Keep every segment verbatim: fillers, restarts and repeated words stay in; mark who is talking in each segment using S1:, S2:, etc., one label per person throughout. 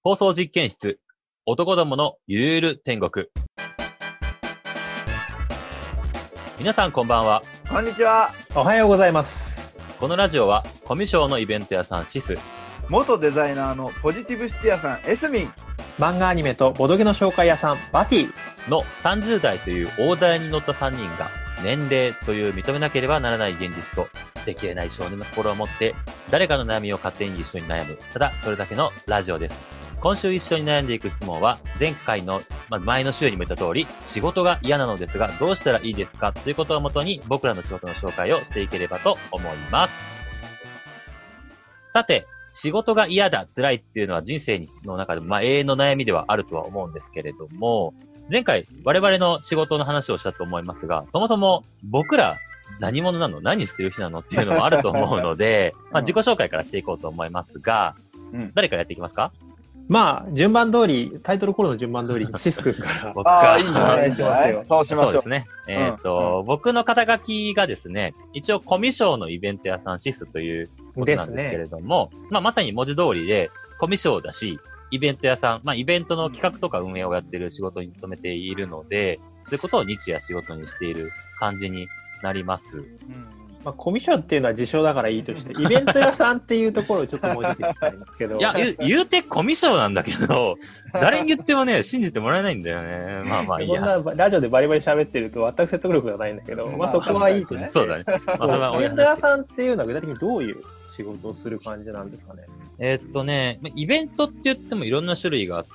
S1: 放送実験室、男どものゆるゆる天国。皆さんこんばんは。
S2: こんにちは。
S3: おはようございます。
S1: このラジオはコミュ障のイベント屋さんシス、
S2: 元デザイナーのポジティブシティ屋さんエスミン、
S3: 漫画アニメとボドゲの紹介屋さんバティ
S1: のさんじゅう代という大台に乗ったさんにんが、年齢という認めなければならない現実と捨てきれない少年の心を持って誰かの悩みを勝手に一緒に悩む、ただそれだけのラジオです。今週一緒に悩んでいく質問は、前回の、まあ、前の週にも言った通り、仕事が嫌なのですがどうしたらいいですかということをもとに僕らの仕事の紹介をしていければと思います。さて、仕事が嫌だ、辛いっていうのは人生の中でもまあ永遠の悩みではあるとは思うんですけれども、前回我々の仕事の話をしたと思いますが、そもそも僕ら何者なの、何してる人なのっていうのもあると思うので、まあ自己紹介からしていこうと思いますが、うん、誰からやっていきますか？
S3: まあ、順番通り、タイトルコールの順番通り、シス君から。
S1: 僕が。
S2: ああ、いいね。そうしましょう。
S1: そうですね。えっ、ー、と、うん、僕の肩書きがですね、一応コミュ障のイベント屋さんシスということなんですけれども、ね、まあまさに文字通りで、コミュ障だし、イベント屋さん、まあイベントの企画とか運営をやってる仕事に勤めているので、そういうことを日夜仕事にしている感じになります。うん、
S3: まあ、コミュ障っていうのは自称だからいいとして、イベント屋さんっていうところをちょっともうちょっと聞きたいんですけど。
S1: いや、言う、言うてコミュ障なんだけど、誰に言ってもね、信じてもらえないんだよね。まあまあいいや。
S3: こんなラジオでバリバリ喋ってると全く説得力がないんだけど、まあそこはいいとして。
S1: そうだね。まあ、
S3: イベント屋さんっていうのは具体的にどういう仕事をする感じなんですかね。
S1: えー、っとね、イベントって言ってもいろんな種類があって、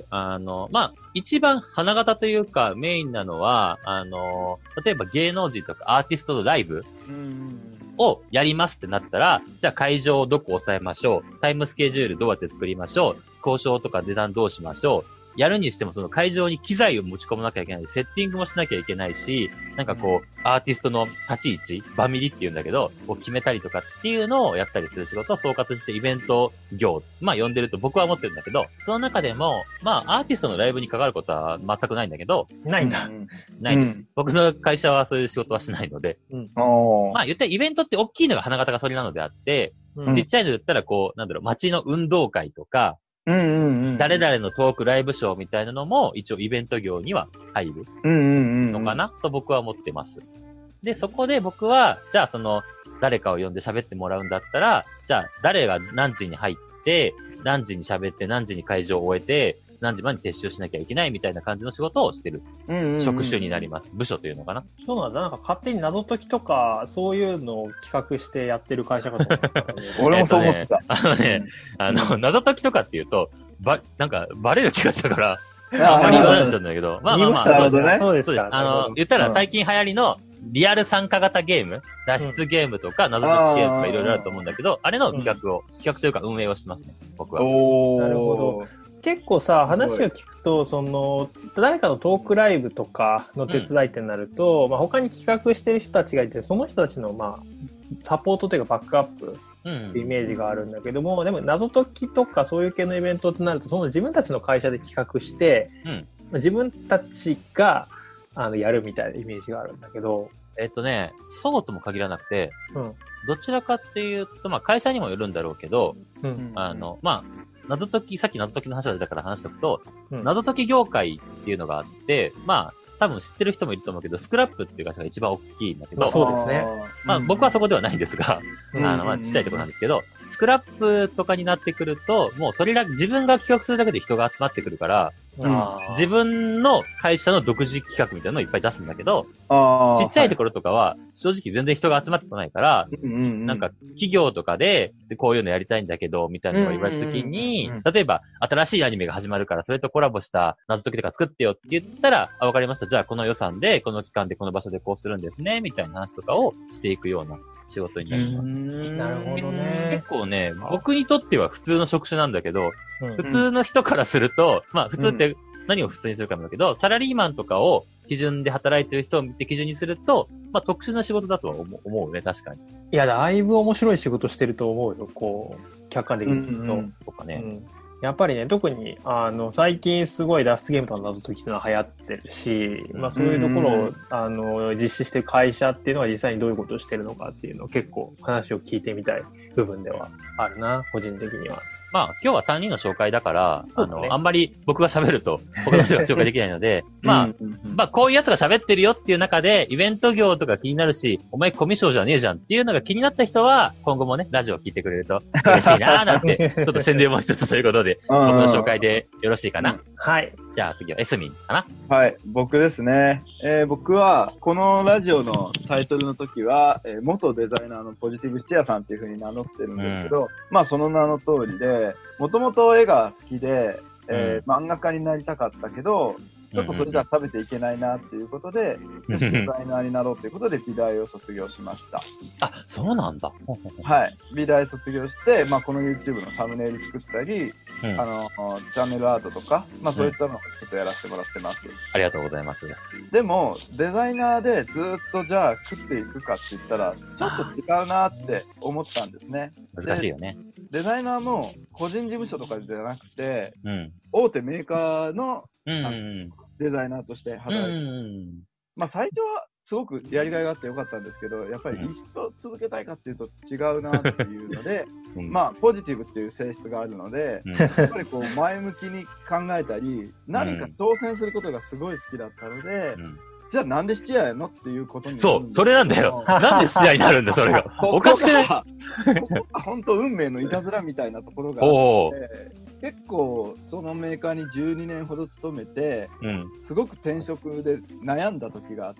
S1: あの、まあ、一番花形というかメインなのは、あの、例えば芸能人とかアーティストのライブをやりますってなったら、じゃあ会場をどこ抑えましょう、タイムスケジュールどうやって作りましょう、交渉とか値段どうしましょう、やるにしてもその会場に機材を持ち込まなきゃいけない、セッティングもしなきゃいけないし、なんかこう、アーティストの立ち位置、バミリって言うんだけど、を決めたりとかっていうのをやったりする仕事を総括してイベント業、まあ呼んでると僕は思ってるんだけど、その中でも、まあアーティストのライブに関わることは全くないんだけど、
S3: ないんだ。
S1: うん、ないです、うん。僕の会社はそういう仕事はしないので、うん、まあ言ったらイベントって大きいのが花形がそれなのであって、うん、ちっちゃいのだったらこう、なんだろう、街の運動会とか、うんうんうん、誰々のトークライブショーみたいなのも一応イベント業には入るのかなと僕は思ってます。で、そこで僕は、じゃあその誰かを呼んで喋ってもらうんだったら、じゃあ誰が何時に入って、何時に喋って何時に会場を終えて、何時まで撤収しなきゃいけないみたいな感じの仕事をしてる職種になります。部署というのかな。
S3: そうなんだ。なんか勝手に謎解きとか、そういうのを企画してやってる会社かと思ったから、ね。
S2: 俺もそう思ってた。
S1: あのね、あの、謎解きとかっていうと、ば、なんか、バレる気がしたから、あんまり言わないしたんだけど、まあまあまあ、
S2: そうですね。
S3: そうですか。
S1: あの、言ったら最近流行りの、リアル参加型ゲーム、脱出ゲームとか、謎解きゲームとかいろいろあると思うんだけど、あれの企画を、企画というか運営をしてますね、僕は。
S3: おー。なるほど。結構さ、話を聞くと、その、誰かのトークライブとかの手伝いってなると、うん、まあ他に企画してる人たちがいて、その人たちの、まあ、サポートというかバックアップっていうイメージがあるんだけども、うん、でも謎解きとかそういう系のイベントってなると、その自分たちの会社で企画して、うん、自分たちが、あの、やるみたいなイメージがあるんだけど。
S1: えっとね、そうとも限らなくて、うん、どちらかっていうと、まあ会社にもよるんだろうけど、うん、あの、まあ、謎解き、さっき謎解きの話が出たから話しておくと、うん、謎解き業界っていうのがあって、まあ、多分知ってる人もいると思うけど、スクラップっていう会社が一番大きいんだけど、
S3: まあ、そうですね。
S1: まあ、僕はそこではないんですが、うん、あの、まあ、ちっちゃいところなんですけど、スクラップとかになってくると、もうそれが、自分が企画するだけで人が集まってくるから、うん、自分の会社の独自企画みたいなのをいっぱい出すんだけど、ちっちゃいところとかは、正直全然人が集まってこないから、うんうんうん、なんか企業とかで、こういうのやりたいんだけど、みたいなのが言われたときに、うんうんうん、例えば、新しいアニメが始まるから、それとコラボした謎解きとか作ってよって言ったら、あ、わかりました。じゃあこの予算で、この期間でこの場所でこうするんですね、みたいな話とかをしていくような仕事になります。
S3: なるほどね。
S1: 結構ね、僕にとっては普通の職種なんだけど、うんうん、普通の人からすると、まあ普通って何を普通にするかなんだけど、うん、サラリーマンとかを基準で働いてる人を見て基準にすると、まあ特殊な仕事だとは思う、思うね、確かに。
S3: いや、だいぶ面白い仕事してると思うよ、こう、客観的に聞くと。
S1: うんうん、そうかね。うん
S3: やっぱりね、特に、あの、最近すごい脱出ゲームとかの謎解きっていうのは流行ってるし、まあそういうところを、あの、実施してる会社っていうのは実際にどういうことをしてるのかっていうのを結構話を聞いてみたい部分ではあるな、個人的には。
S1: まあ、今日はさんにんの紹介だから、あ
S3: そうだね
S1: の、あんまり僕が喋ると他の人が紹介できないので、まあ、
S2: うんうんうん
S1: まあ、こういうやつが喋ってるよっていう中で、イベント業とか気になるし、お前コミュ障じゃねえじゃんっていうのが気になった人は、今後もね、ラジオを聞いてくれると嬉しいなーなんて、ちょっと宣伝も一つということで、僕の紹介でよろしいかな。
S3: はい。
S1: じゃあ次はエスミンかな。
S2: はい、僕ですね。えー僕は、このラジオのタイトルの時は、えー元デザイナーのポジティブ質屋さんっていう風に名乗ってるんですけど、まあその名の通りで、もともと絵が好きで、えー漫画家になりたかったけど、ちょっとそれじゃ食べていけないなっていうことで、よしデザイナーになろうということで美大を卒業しました。
S1: あ、そうなんだ。
S2: はい。美大卒業して、まあこの YouTube のサムネイル作ったり、
S1: うん
S2: あの、チャンネルアートとか、まあそういったのをちょっとやらせてもらってます。
S1: ありがとうございます。
S2: でも、デザイナーでずっとじゃあ食っていくかって言ったら、ちょっと違うなって思ったんですね。
S1: 難しいよね。
S2: デザイナーも個人事務所とかじゃなくて、
S1: うん。
S2: 大手メーカーの
S1: うんうん
S2: デザイナーとして
S1: うん。う
S2: 働いて、
S1: ん。
S2: まあ最初はすごくやりがいがあってよかったんですけど、やっぱり一生続けたいかっていうと違うなっていうので、
S1: うん
S2: まあポジティブっていう性質があるので、
S1: うん
S2: やっぱりこう前向きに考えたり、何か挑戦することがすごい好きだったので、
S1: うん
S2: じゃあなんで質屋やのっていうことになる
S1: そう、
S2: んです
S1: それなんだよ。なんで質屋になるんだ、それが。おかしくない？
S2: ここが本当運命のいたずらみたいなところがあ
S1: おお。
S2: って、結構そのメーカーにじゅうにねんほど勤めて、
S1: うん。
S2: すごく転職で悩んだ時があって、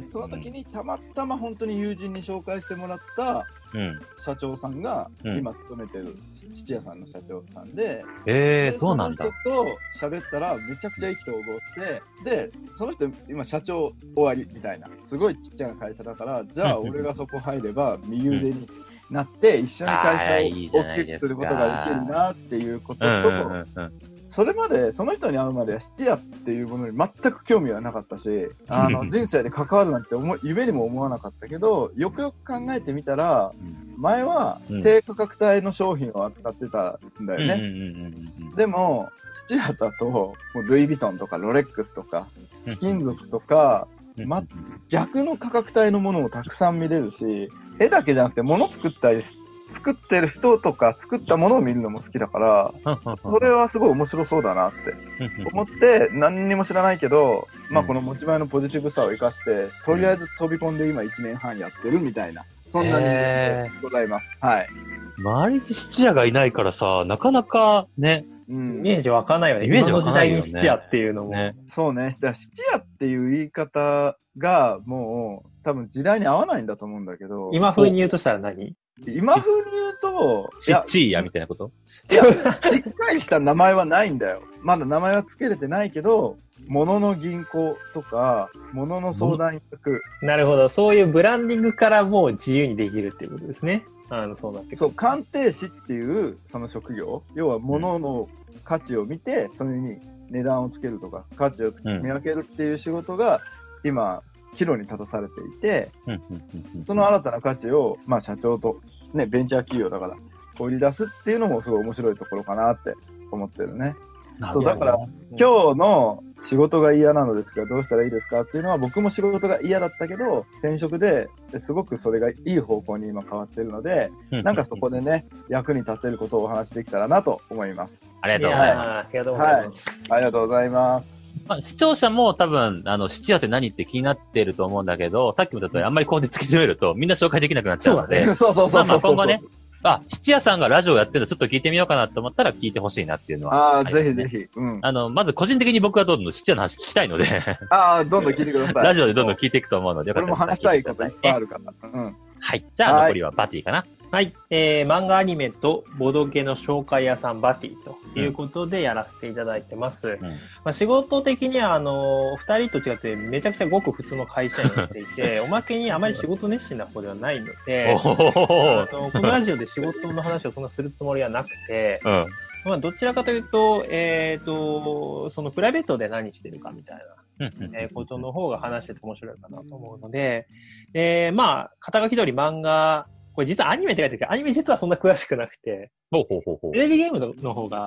S2: その時にたまたま本当に友人に紹介してもらった
S1: うん。
S2: 社長さんが、
S1: うん
S2: 今勤めてる質屋さんの社長さんで、
S1: ええー、
S2: で
S1: そうなんだ。
S2: その人と喋ったらめちゃくちゃ意気投合して、で、その人今社長終わりみたいな、すごいちっちゃな会社だから、じゃあ俺がそこ入れば右腕になって一緒に会社を
S1: あーいいじゃない
S2: 大き
S1: ですか
S2: くすることができるなっていうこと
S1: うん
S2: と、
S1: うんうんうん。
S2: それまで、その人に会うまでは質屋っていうものに全く興味はなかったし、あの人生で関わるなんて思い夢にも思わなかったけど、よくよく考えてみたら、前は低価格帯の商品を扱ってたんだよね。
S1: うんうんうんうん
S2: でも、質屋だと、もうルイ・ヴィトンとかロレックスとか、
S1: うん。
S2: 金属とか、
S1: うん
S2: ま逆の価格帯のものもたくさん見れるし、絵だけじゃなくて物作ったり、作ってる人とか作ったものを見るのも好きだから、それはすごい面白そうだなって思って何にも知らないけど、まあこの持ち前のポジティブさを生かして、とりあえず飛び込んで今いちねんはんやってるみたいな、そんな人間でございます。はい。
S1: 周りに質屋がいないからさ、なかなかね、
S2: う
S3: イ
S2: ん。
S3: メージ湧かないよね。
S1: イメージ
S3: 今の時
S1: 湧かないよね
S3: 代に質屋っていうのも。
S1: ね。
S2: そうね。だから質屋っていう言い方がもう多分時代に合わないんだと思うんだけど、
S3: 今風に言うとしたら何？
S2: 今風に言うと、いや
S1: ちっちーやみたいなこと
S2: いや、しっかりした名前はないんだよ。まだ名前は付けれてないけど、物の銀行とか、物の相談役、
S3: なるほど。そういうブランディングからもう自由にできるっていうことですね。あの、そうなってくる。
S2: そう、鑑定士っていうその職業、要は物の価値を見て、それに値段をつけるとか、価値をつ
S1: うん
S2: 見分けるっていう仕事が、今、岐路に立たされていて、
S1: うんうんうんうん
S2: その新たな価値を、まあ社長と、ね、ベンチャー企業だから、売り出すっていうのもすごい面白いところかなって思ってるね。そうだから今日の仕事が嫌なのですがどうしたらいいですかっていうのは、僕も仕事が嫌だったけど転職ですごくそれがいい方向に今変わってるので、なんかそこでね役に立てることをお話しできたらなと思います。
S1: ありがとうございます。
S3: やーありがとうございます。
S2: ありがとうございます。
S1: まあ、視聴者も多分、あの、質屋って何って気になってると思うんだけど、さっきも言った通り、あんまりこうで突き詰めると、みんな紹介できなくなっちゃうので、
S2: そうそうそうそうそう。
S1: まあまあ今後ね、あ、質屋さんがラジオやってるのちょっと聞いてみようかなと思ったら聞いてほしいなっていうのは
S2: ああ、
S1: りますね。
S2: ぜひぜひ。うん。
S1: あの、まず個人的に僕はどんどん質屋の話聞きたいので、
S2: ああ、どんどん聞いてください。
S1: ラジオでどんどん聞いていくと思うので、よか
S2: これ
S1: ったら
S2: も話したいこといっぱいあ
S1: る。
S2: るから。うん。
S1: はい。じゃあ
S2: はい
S1: 残りはバティかな。
S3: はい。えー、漫画アニメとボドゲの紹介屋さんバティということでやらせていただいてます。
S1: うん。
S3: まあ、仕事的には、あの、二人と違ってめちゃくちゃごく普通の会社員をしていて、おまけにあまり仕事熱心な方ではないので、
S1: おー
S3: あのこのラジオで仕事の話をそんなするつもりはなくて、
S1: うん。
S3: まあ、どちらかというと、えっ、と、そのプライベートで何してるかみたいな、
S1: うんうん
S3: えーことの方が話してて面白いかなと思うので、えー、まあ、肩書き通り漫画、これ実はアニメって書いてるけど、アニメ実はそんな詳しくなくて、
S1: ほうほうほうほう
S3: テ。レビゲームの方が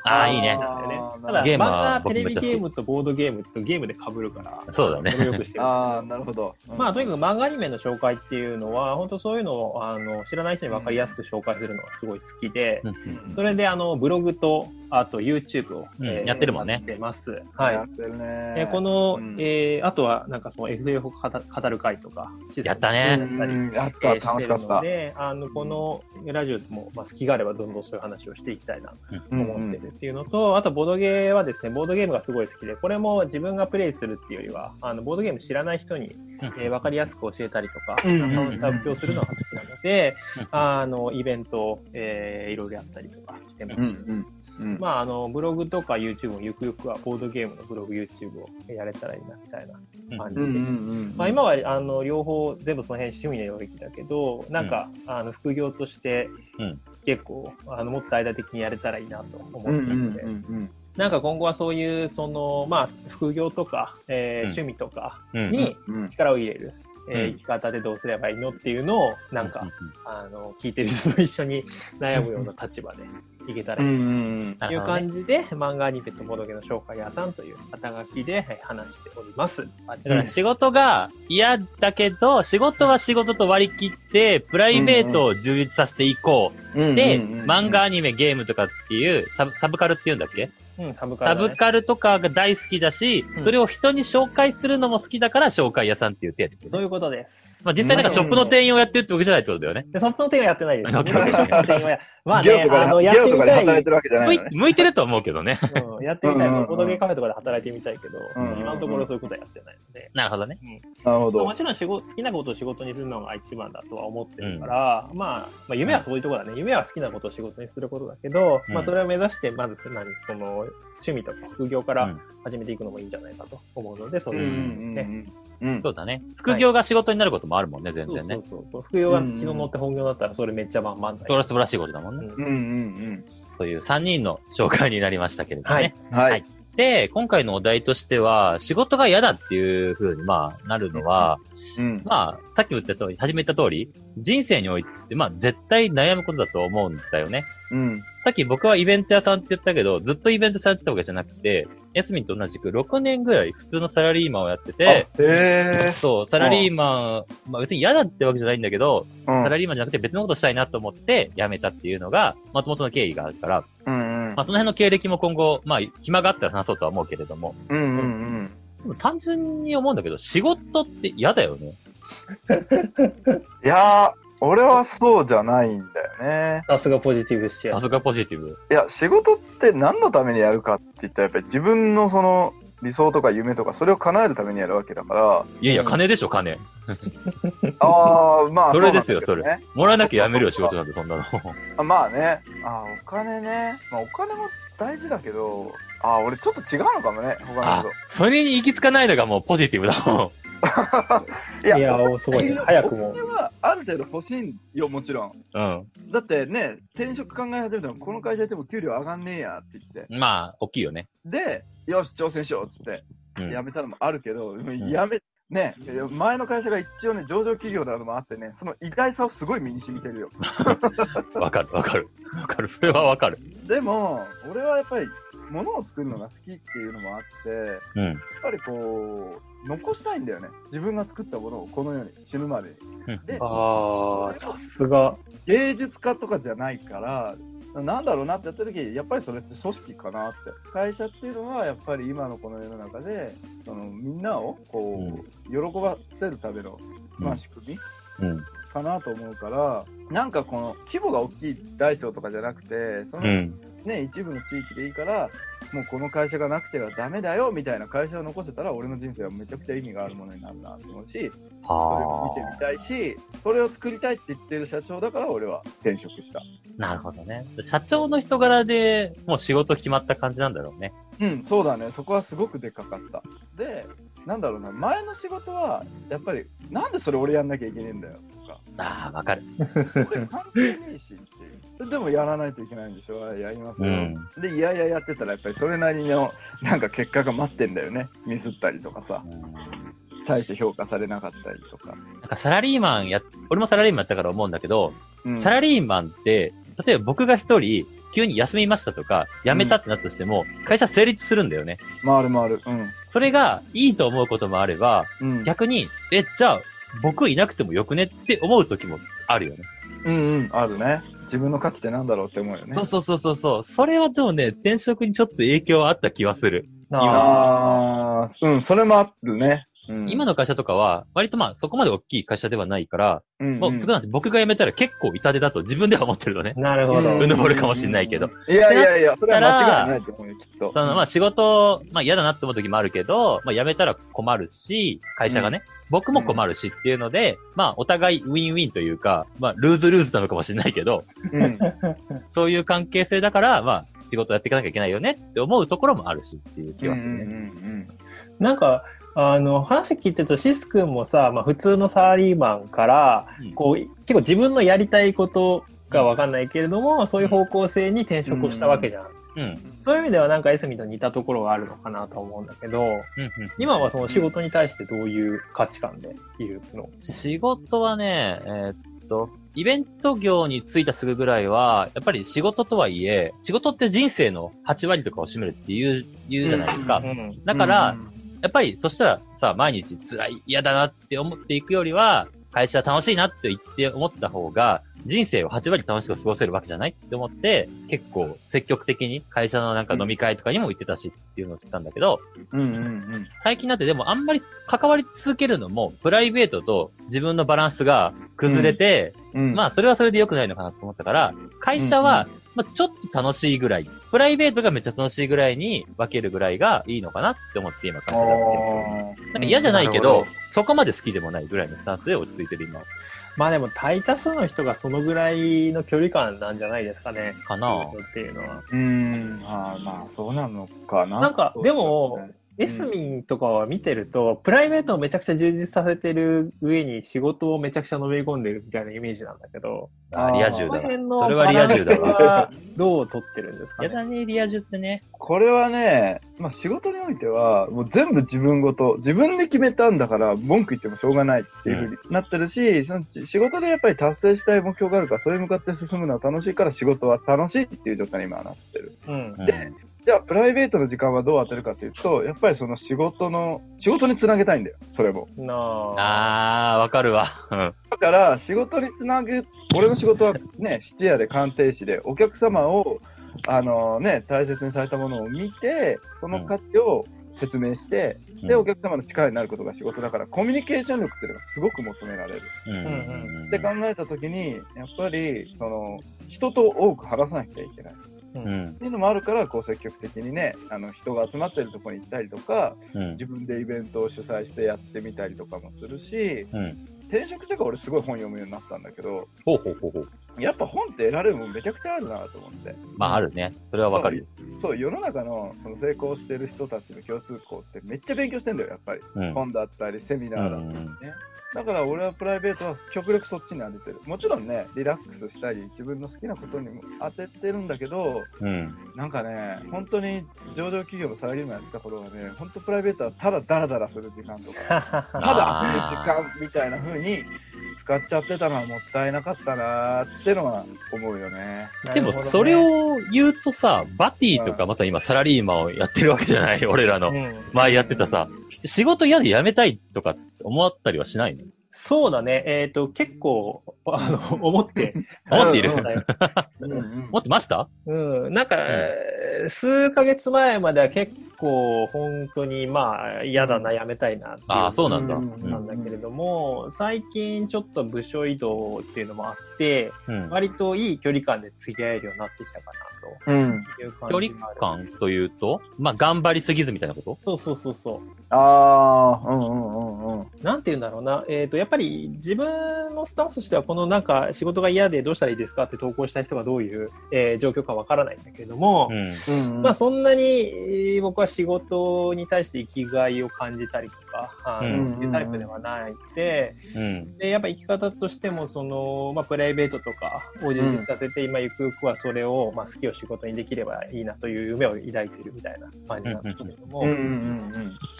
S1: ああ、いいね。
S3: ただ、漫画、テレビゲームとボードゲーム、ちょっとゲームで被るから。
S1: そうだね。
S2: ああ、なるほど。
S3: まあ、とにかく漫画アニメの紹介っていうのは、本当そういうのを、あの、知らない人に分かりやすく紹介するのがすごい好きで、それで、あの、ブログと、あと YouTube を、
S1: うんえー、やってるもんね。
S3: やってます。はい。
S2: やってるね。
S3: えー、この、うん、えー、あとは、なんかその エフエフ を語る会とか、
S1: やったね。
S2: やった、楽しかった。してるの
S3: で、あの、このラジオも、まあ、好きがあればどんどんそういう話をしていきたいなと思ってるっていうのと、うんうん、あと、ボードゲーはですね、ボードゲームがすごい好きで、これも自分がプレイするっていうよりは、あの、ボードゲーム知らない人に、えー、分かりやすく教えたりとか、楽しさを布教するのが好きなので、あの、イベントを、えー、いろいろやったりとかしてます。うんうんうん、まあ、あの、ブログとか YouTube もゆくゆくはボードゲームのブログ YouTube をやれたらいいな、みたいな感じで。まあ、今は、あの、両方全部その辺趣味の領域だけど、なんか、うん、あの、副業として、結構、あの、もっと大々的にやれたらいいなと思っていて、なんか今後はそういう、その、まあ、副業とか、えー、趣味とかに力を入れる。えー、生き方でどうすればいいのっていうのを、なんか、あの、聞いてる人と一緒に悩むような立場でいけたらいいという感じで、漫画アニメとボドゲの紹介屋さんという肩書きで話しております。
S1: だから仕事が嫌だけど、仕事は仕事と割り切って、プライベートを充実させていこう。で、漫画アニメゲームとかっていうサブ、サブカルって言うんだっけ？
S3: うん、サブカル、
S1: ね、サブカルとかが大好きだし、うん、それを人に紹介するのも好きだから紹介屋さんっていう手やってる、ね。
S3: そういうことです。
S1: まあ実際なんかショップの店員をやってるってわけじゃないってことだよね。
S3: ショップの店員はやってないです。ショップの店員はや、まあね、あの、やってみたい。
S1: 向いてると思うけどね。
S3: うん、やってみたい。ボードゲーカフェとかで働いてみたいけど、今のところそういうことはやってないので。
S1: なるほどね。
S2: なるほど。
S3: もちろん仕事、好きなことを仕事にするのが一番だとは思ってるから、まあ、まあ夢はそういうところだね。夢は好きなことを仕事にすることだけど、まあそれを目指して、まず何、その、趣味とか副業から始めていくのもいいんじゃないかと思うので、そういうね。
S1: そうだね。副業が仕事になることもあるもんね、全然ね。
S3: そうそうそう。副業が昨日乗って本業だったら、それめっちゃ満々だ。
S1: それは素晴らしいことだもんね。うんうんうん。というさんにんの紹介になりましたけれどもね。
S2: はい。はい。
S1: で、今回のお題としては、仕事が嫌だっていう風に、まあ、なるのは、うん、まあ、さっきも言った通り、始めた通り、人生において、まあ、絶対悩むことだと思うんだよね。うん。さっき僕はイベント屋さんって言ったけど、ずっとイベントされてたわけじゃなくて、ヤスミンと同じくろくねんぐらい普通のサラリーマンをやってて、
S2: へー。
S1: そう、サラリーマン、まあ別に嫌だってわけじゃないんだけど、うん、サラリーマンじゃなくて別のことしたいなと思って辞めたっていうのが、まともとの経緯があるから、うんうん、まあその辺の経歴も今後、まあ暇があったら話そうとは思うけれども、うんうんうん。でも単純に思うんだけど、仕事って嫌だよね。
S2: いやー、俺はそうじゃないんだよね。
S3: さすがポジティブしちゃう。
S1: さすがポジティブ。
S2: いや、仕事って何のためにやるかって言ったらやっぱり自分のその理想とか夢とかそれを叶えるためにやるわけだから。
S1: いやいや、金でしょ、金。
S2: ああ、まあ
S1: それですよ、それ。もらわなきゃやめるよ、仕事なんてそんなの。
S2: あまあね。あお金ね。まあお金も大事だけど、あ俺ちょっと違うのかもね、他の人。
S1: それに行き着かないのがもうポジティブだもん。
S3: いや、いやすごい、ね、早くも。
S2: お金はある程度欲しいんよ、もちろん。うん。だってね、転職考え始めても、この会社やっても給料上がんねえやって言って。
S1: まあ、大きいよね。
S2: で、よし、挑戦しようっつって、辞めたのもあるけど、うん、辞め、ね、前の会社が一応ね、上場企業なのもあってね、その偉大さをすごい身に染みてるよ。
S1: わかる、わかる。わかる、それはわかる。
S2: でも、俺はやっぱり、物を作るのが好きっていうのもあって、うん、やっぱりこう、残したいんだよね。自分が作ったものをこの世に死ぬまでに。で、
S3: ああ、さすが。
S2: 芸術家とかじゃないから、なんだろうなってやった時、やっぱりそれって組織かなって。会社っていうのは、やっぱり今のこの世の中で、そのみんなをこう、うん、喜ばせるための、まあ、仕組み、うん、かなと思うから、なんかこの規模が大きい大小とかじゃなくて、その、うんね、一部の地域でいいから、もうこの会社がなくてはダメだよみたいな会社を残せたら、俺の人生はめちゃくちゃ意味があるものになるなと思うし、それを見てみたいし、それを作りたいって言ってる社長だから俺は転職した。
S1: なるほどね。社長の人柄でもう仕事決まった感じなんだろうね。
S2: うん、そうだね。そこはすごくでかかった。で、なんだろうな、前の仕事は、やっぱり、なんでそれ俺やんなきゃいけねえんだよとか。
S1: ああ、わかる。
S2: 俺関係ねえしっていう。でもやらないといけないんでしょ。やりますよ、うん。で、いやいややってたら、やっぱりそれなりの、なんか結果が待ってんだよね。ミスったりとかさ。うん、大して評価されなかったりとか。
S1: なんかサラリーマンや、俺もサラリーマンやったから思うんだけど、うん、サラリーマンって、例えば僕が一人、 急に休みましたとか、辞めたってなったとしても、会社成立するんだよね。
S2: 回る回る。うん。
S1: それがいいと思うこともあれば、うん、逆に、え、じゃあ、僕いなくてもよくねって思う時もあるよね。
S2: うんうん、あるね。自分の価値ってなんだろうって思うよね。
S1: そうそうそうそう。それはでもね、転職にちょっと影響あった気はする。
S2: ああ、うん、それもあるね。
S1: うん、今の会社とかは、割とまあ、そこまで大きい会社ではないから、うんうん、もう、僕が辞めたら結構痛手だと自分では思ってるのね。
S3: なるほど。
S1: うぬぼるかもしれないけど。
S2: いやいやいや、それは間違いないと思うよ、きっと。
S1: その、まあ、仕事、まあ、嫌だなって思う時もあるけど、まあ、辞めたら困るし、会社がね、うん、僕も困るしっていうので、まあ、お互いウィンウィンというか、まあ、ルーズルーズなのかもしれないけど、うん、そういう関係性だから、まあ、仕事やっていかなきゃいけないよねって思うところもあるしっていう気はするね。うんうんうん、
S3: なんか、あの、話聞いてると、シス君もさ、まあ普通のサラリーマンから、うん、こう、結構自分のやりたいことがわかんないけれども、うん、そういう方向性に転職をしたわけじゃん。うんうん、そういう意味ではなんかエスミと似たところがあるのかなと思うんだけど、うんうん、今はその仕事に対してどういう価値観でいるの？
S1: 仕事はね、えー、っと、イベント業に就いたすぐぐらいは、やっぱり仕事とはいえ、仕事って人生のはち割とかを占めるって言う、言うじゃないですか。うんうん、だから、うん、やっぱり、そしたらさ、毎日辛い、嫌だなって思っていくよりは、会社楽しいなって言って思った方が、人生をはち割楽しく過ごせるわけじゃないって思って、結構積極的に会社のなんか飲み会とかにも行ってたしっていうのをしてたんだけど、うんうんうん、最近になってでもあんまり関わり続けるのも、プライベートと自分のバランスが崩れて、うんうん、まあそれはそれで良くないのかなと思ったから、会社は、うんうんまあ、ちょっと楽しいぐらい、プライベートがめっちゃ楽しいぐらいに分けるぐらいがいいのかなって思って今会社やってる。なんか嫌じゃないけど、うん、そこまで好きでもないぐらいのスタンスで落ち着いてる今。
S3: まあでも大多数の人がそのぐらいの距離感なんじゃないですかね。
S1: かな
S3: っていうのは。
S2: うーん、あまあそうなのかな。
S3: なんか、でも、エスミンとかは見てると、プライベートをめちゃくちゃ充実させてる上に仕事をめちゃくちゃのめり込んでるみたいなイメージなんだけど。
S1: あ、リア充だわ。それはリア充だわ。
S3: どう取ってるんですかね。
S1: やだね、リア充ってね。
S2: これはね、まあ仕事においては、もう全部自分ごと、自分で決めたんだから文句言ってもしょうがないっていうふうになってるし、うん、その仕事でやっぱり達成したい目標があるから、それに向かって進むのは楽しいから仕事は楽しいっていう状態に今はなってる。うん、で、じゃあ、プライベートの時間はどう当てるかというと、やっぱりその仕事の、仕事につなげたいんだよ、それも。
S1: あー、わかるわ。
S2: だから、仕事につなげ、俺の仕事はね、質屋で鑑定士で、お客様を、あのね、大切にされたものを見て、その価値を説明して、うん、で、お客様の力になることが仕事だから、コミュニケーション力っていうのがすごく求められる。うんうん、って考えたときに、やっぱり、その、人と多く話さなきゃいけない。うん、っていうのもあるから、こう積極的にね、あの人が集まってるところに行ったりとか、うん、自分でイベントを主催してやってみたりとかもするし、うん、転職とか俺すごい本読むようになったんだけど、
S1: ほうほうほうほう。
S2: やっぱ本って得られるもんめちゃくちゃあるなと思って。
S1: まああるね。それはわかるよ。
S2: そう、世の中のその成功してる人たちの共通項ってめっちゃ勉強してんだよ、やっぱり。うん、本だったり、セミナーだったりね。うんだから俺はプライベートは極力そっちに当ててる。もちろんね、リラックスしたり、自分の好きなことにも当ててるんだけど、うん、なんかね、本当に上場企業のサラリーマンやってた頃はね、本当プライベートはただダラダラする時間とか、ただ遊ぶ時間みたいな風に使っちゃってたのはもったいなかったなーってのは思うよね。
S1: でもそれを言うとさ、バティとかまた今サラリーマンをやってるわけじゃない俺らの。うん、前やってたさ、仕事嫌で辞めたいとか思ったりはしないの？
S3: そうだね。えっ、ー、と、結構、あの、思って。
S1: 思っている思ってました
S3: うん。なんか、うん、数ヶ月前までは結構、本当に、まあ、嫌だな、辞めたいなっていう。
S1: ああ、そうなんだ。
S3: なんだけれども、うん、最近ちょっと部署移動っていうのもあって、うん、割といい距離感で付き合えるようになってきたかなと。うん。
S1: 距離感というと、まあ、頑張りすぎずみたいなこと？
S3: そうそうそうそう。
S2: ああ、うんうんうんうん。
S3: なんて言うんだろうな。えっと、やっぱり自分のスタンスとしては、このなんか仕事が嫌でどうしたらいいですかって投稿した人がどういう、えー、状況かわからないんだけれども、うんうん、まあそんなに僕は仕事に対して生きがいを感じたりとか、あの、うん、いうタイプではないで、うん、で、やっぱ生き方としても、その、まあプライベートとかを充実させて、うん、今ゆくゆくはそれを、まあ好きを仕事にできればいいなという夢を抱いているみたいな感じなんですけれども、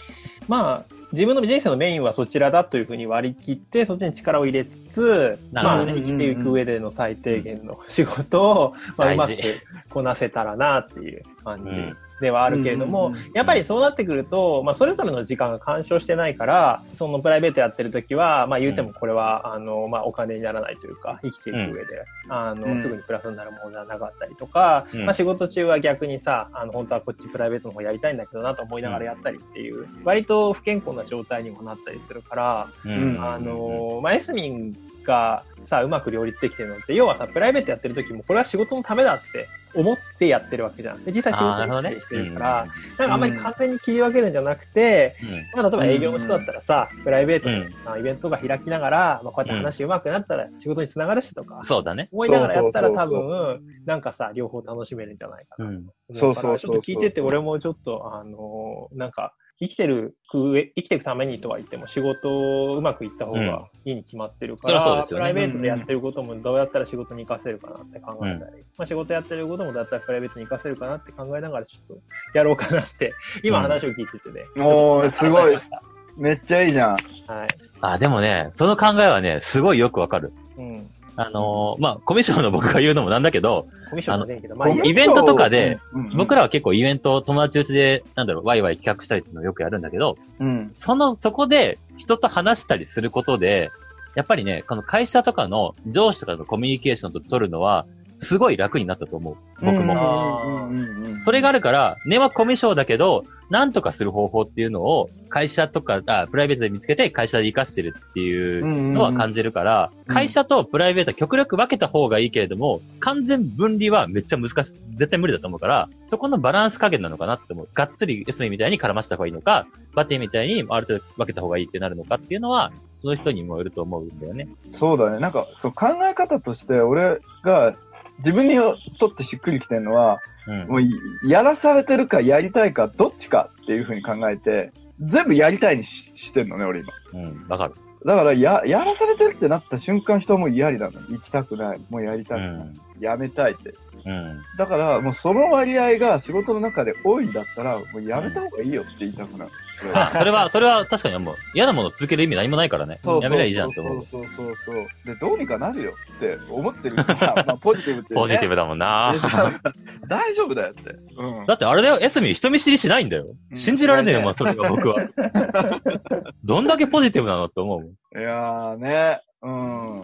S3: まあ、自分の人生のメインはそちらだというふうに割り切って、そっちに力を入れつつ、まあ、ね、生きていく上での最低限の仕事を、まあ、うまくこなせたらなっていう感じではあるけれども、うん、やっぱりそうなってくると、まあ、それぞれの時間が干渉してないから、そのプライベートやってるときは、まあ、言うてもこれは、うん、あの、まあ、お金にならないというか、生きていく上で、うん、あの、うん、すぐにプラスになるものではなかったりとか、うん、まあ、仕事中は逆にさ、あの、本当はこっちプライベートの方やりたいんだけどなと思いながらやったりっていう、割と不健康な状態にもなったりするから、うん、あの、まあ、エスミンがさ、うまく両立できてるのって、要はさ、プライベートやってる時も、これは仕事のためだって思ってやってるわけじゃん。で、実際仕事にしたりしてるから、ね、うん、なんかあんまり完全に切り分けるんじゃなくて、うん、まあ、例えば営業の人だったらさ、プライベートで、うん、イベントとか開きながら、まあ、こうやって話上手くなったら仕事につながるしとか、
S1: そうだね。
S3: 思いながらやったら多分、なんかさ、両方楽しめるんじゃないかな。うん、そうそうそう。ちょっと聞いてて、俺もちょっと、あのー、なんか、生きてる、生きていくためにとは言っても仕事をうまくいった方がいいに決まってるから、うんね、プライベートでやってることもどうやったら仕事に活かせるかなって考えたり、うん、まあ、仕事やってることもどうやったらプライベートに活かせるかなって考えながらちょっとやろうかなって、今話を聞いててね。
S2: うん、おー、すごい。めっちゃいいじゃん。はい。
S1: あ、でもね、その考えはね、すごいよくわかる。うん。あのー、まあ、コミッションの僕が言うのもなんだけど、
S3: コミッションもねえけど、
S1: まあ、イベントとかで、うんうん、僕らは結構イベントを友達うちで、なんだろう、ワイワイ企画したりっていうのをよくやるんだけど、うん、その、そこで人と話したりすることで、やっぱりね、この会社とかの上司とかのコミュニケーションと取るのは、すごい楽になったと思う。僕も。それがあるから、根はコミュ障だけど、なんとかする方法っていうのを会社とか、あ、プライベートで見つけて会社で活かしてるっていうのは感じるから、会社とプライベートは極力分けた方がいいけれども、完全分離はめっちゃ難しい、絶対無理だと思うから、そこのバランス加減なのかなって思う。がっつりエスミみたいに絡ました方がいいのか、バティみたいにある程度分けた方がいいってなるのかっていうのは、その人にもよると思うんだよね。
S2: そうだね。なんか、そう考え方として、俺が、自分にとってしっくりきてるのは、うん、もうやらされてるかやりたいかどっちかっていう風に考えて、全部やりたいに し, してんのね、俺今。
S1: うん、わかる。
S2: だからや、やらされてるってなった瞬間人はもう嫌になるの。行きたくない。もうやりたくない。うん、やめたいって。うん、だから、もうその割合が仕事の中で多いんだったら、もうやめた方がいいよって言いたくなる。
S1: あ、それは、それは確かにもう嫌なものを続ける意味何もないからね。そうそうそうそうやめりゃいいじゃんって思う。
S2: そうそうそうそう。で、どうにかなるよって思ってるから、まあポジティブって、ね。
S1: ポジティブだもんな
S2: 大丈夫だよって。
S1: うん、だってあれだよ、エスミ人見知りしないんだよ。信じられねえよ、もうそれが僕は。どんだけポジティブなのって思うもん。
S2: いやーね、うん。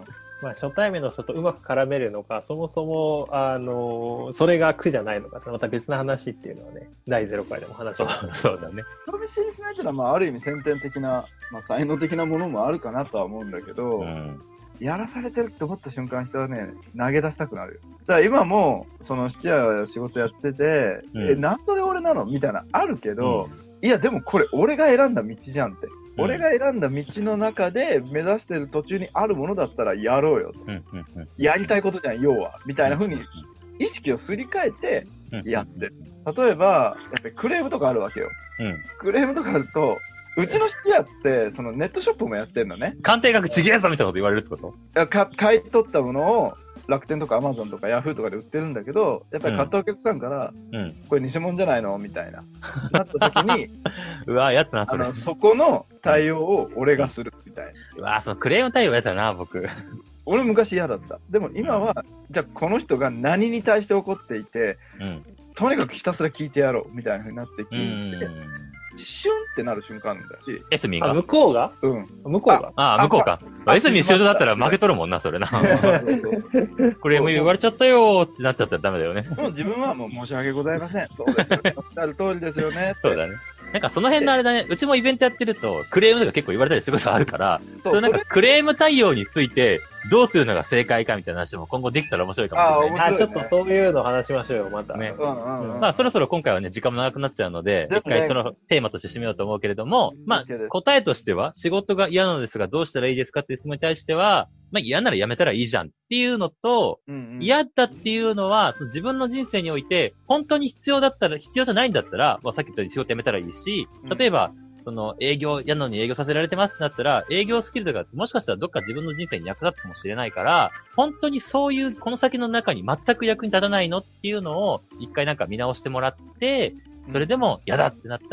S3: まあ、初対面の人とうまく絡めるのか、そもそも、あの、それが苦じゃないのか、また別な話っていうのはね、だいゼロ回でも話しました。
S1: そうだね。
S2: 人見知りしないっていうのは、まあ、ある意味先天的な、まあ、才能的なものもあるかなとは思うんだけど、うん、やらされてるって思った瞬間、人はね、投げ出したくなるよ。だから今も、その質屋仕事やってて、うん、え、なんで俺なのみたいな、あるけど、うん、いや、でもこれ俺が選んだ道じゃんって。俺が選んだ道の中で目指してる途中にあるものだったらやろうよと、うんうんうん、やりたいことじゃん要はみたいな風に意識をすり替えてやってる。例えばやっぱりクレームとかあるわけよ、うん、クレームとかあるとうちの質屋ってそのネットショップもやってるのね。
S1: 鑑定額ちげえぞみたいなこと言われるってこと？
S2: か買い取ったものを楽天とかアマゾンとかヤフーとかで売ってるんだけど、やっぱり買ったお客さんから、うん、これ偽物じゃないのみたいななった時に
S1: うわやったなそれ。
S2: あのそこの対応を俺がするみたいな。
S1: うわそのクレーム対応やったな僕。
S2: 俺昔嫌だった。でも今は、じゃあこの人が何に対して怒っていて、うん、とにかくひたすら聞いてやろうみたいな風になって聞いて、シュンってなる瞬間だし。
S1: エスミンが。
S3: あ、向こうが
S2: うん。
S3: 向こうが
S1: ああ、向こうか。エスミンシュートだったら負けとるもんな、それな。これも言われちゃったよーってなっちゃったらダメだよね。
S2: もう自分はもう申し訳ございません。そうですよ。おっしゃる通りですよね。
S1: そうだね。なんかその辺のあれだね、うちもイベントやってると、クレームとか結構言われたりすることあるから、そのなんかクレーム対応について、どうするのが正解かみたいな話も今後できたら面白いかもしれない、ね。
S3: あ、ね、あ、ちょっとそういうの話しましょうよ、また。
S1: ね。うんうんうん、まあそろそろ今回はね、時間も長くなっちゃうので、一回そのテーマとして締めようと思うけれども、まあ答えとしては、仕事が嫌なのですがどうしたらいいですかっていう質問に対しては、まあ嫌ならやめたらいいじゃんっていうのと、うんうん、嫌だっていうのは、その自分の人生において、本当に必要だったら、必要じゃないんだったら、まあさっき言ったように仕事辞めたらいいし、例えば、うんその営業、嫌なのに営業させられてますってなったら、営業スキルとかもしかしたらどっか自分の人生に役立つかもしれないから、本当にそういうこの先の中に全く役に立たないのっていうのを一回なんか見直してもらって、それでも嫌だってなったら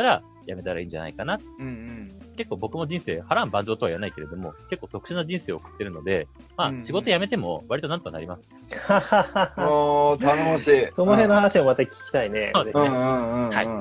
S1: 辞めたらいいんじゃないかな。
S2: うんうん。
S1: 結構僕も人生、波乱万丈とは言わないけれども、結構特殊な人生を送ってるので、まあ、仕事辞めても割となんとかなります。
S2: おー、頼もしい。
S3: その辺の話をまた聞きたいね。
S1: そうですね。
S2: うんうんうん。
S1: はい。
S2: うん。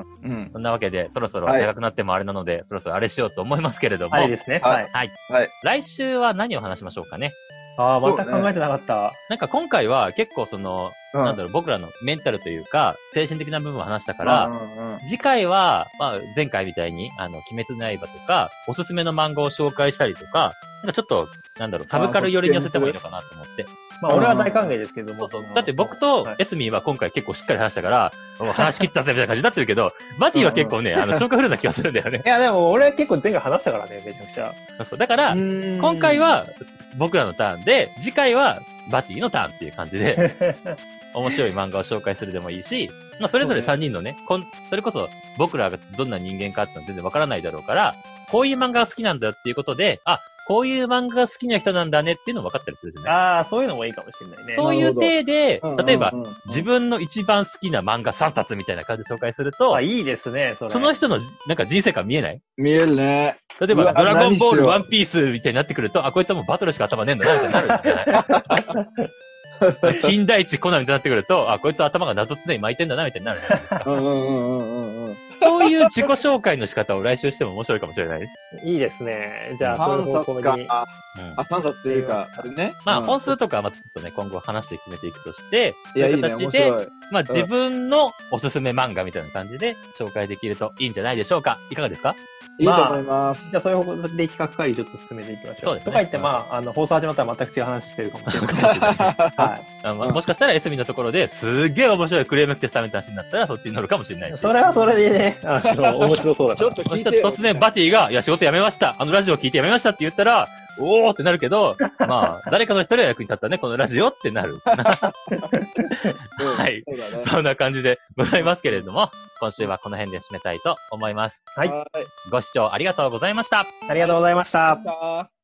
S1: そんなわけで、そろそろ長くなってもあれなので、そろそろあれしようと思いますけれども。
S3: あれですね。はい。
S1: はい。
S2: はい。
S1: 来週は何を話しましょうかね。
S3: ああ、また考えてなかった。
S1: なんか今回は結構その、
S2: うん
S1: なんだろう、僕らのメンタルというか、精神的な部分を話したから、
S2: うんうんうん
S1: 次回は、まあ、前回みたいに、あの、鬼滅の刃とか、おすすめの漫画を紹介したりとか、なんかちょっと、なんだろう、サブカル寄りに寄せてもいいのかなと思って。
S3: まあ、俺は大歓迎ですけども。
S1: そうそう。だって僕と
S3: はい
S1: エスミンは今回結構しっかり話したから、もう話し切ったぜみたいな感じになってるけど、バティは結構ね、あの、消化不良な気がするんだよね。
S3: いや、でも俺結構前回話したからね、めちゃくちゃ。
S1: そうだから、
S2: 今
S1: 今回、は僕らのターンで、次回はバティのターンっていう感じで、面白い漫画を紹介するでもいいし、まあ、それぞれさんにんのね、こん、それこそ僕らがどんな人間かってのは全然わからないだろうから、こういう漫画が好きなんだっていうことで、あ、こういう漫画が好きな人なんだねっていうのも分かったりするじゃない。
S3: ああ、そういうのもいいかもしれないね。
S1: そういう体で
S2: うんうんう、ん
S1: 例えば、自分の一番好きな漫画さんさつみたいな感じで紹介すると
S3: あ、、いいですね、それ。
S1: その人のなんか人生観見えない？
S2: 見えるね。
S1: 例えば、
S2: うわ
S1: ドラゴンボール、
S2: 何しよう
S1: ワンピースみたいになってくると、あ、こいつはもうバトルしか頭ねえんだな、みたいになるんじゃない金田一コナンみたいになってくると、あ、こいつは頭が謎常に巻いてんだな、みたいになるじゃないですか。
S2: うんうんうんうんうん。
S1: そういう自己紹介の仕方を来週しても面白いかもしれないです。
S3: いいですね。じゃあ、そういう方向に。
S2: か。
S1: うん
S2: あ、さんさつっていうか、あれね。
S1: まあ、
S2: うん
S1: 本数とかはまたちょっとね、今後話して決めていくとして、
S2: いや、いいね、
S1: そういう形で、
S2: 面白い。
S1: まあ、自分のおすすめ漫画みたいな感じで紹介できるといいんじゃないでしょうか。いかがですか？
S2: いいと思います。
S3: じゃあ、そういう方向で企画会議ちょっと進めていきましょう。
S1: そうですね
S3: とか言って、まあ、あの、放送始まったら全く違う話してるかもしれない。
S1: かもしれないね
S3: は
S1: あまあもしかしたら エスミンのところですっげえ面白いクレームテスタメント話になったらそっちに乗るかもしれない
S3: い。
S1: し。
S3: それはそれでね、あの、面白そうだから。
S2: ちょっと聞いてよ。
S1: 突然バティが、いや仕事辞めました。あのラジオ聞いて辞めましたって言ったら、おーってなるけど、まあ、誰かの一人は役に立ったね、このラジオってなるかな。はい。
S2: そうだね。
S1: そんな感じでございますけれども、今週はこの辺で締めたいと思います。
S3: はい。
S2: はい。
S1: ご視聴ありがとうございました。
S3: ありがとうございました。
S2: さあ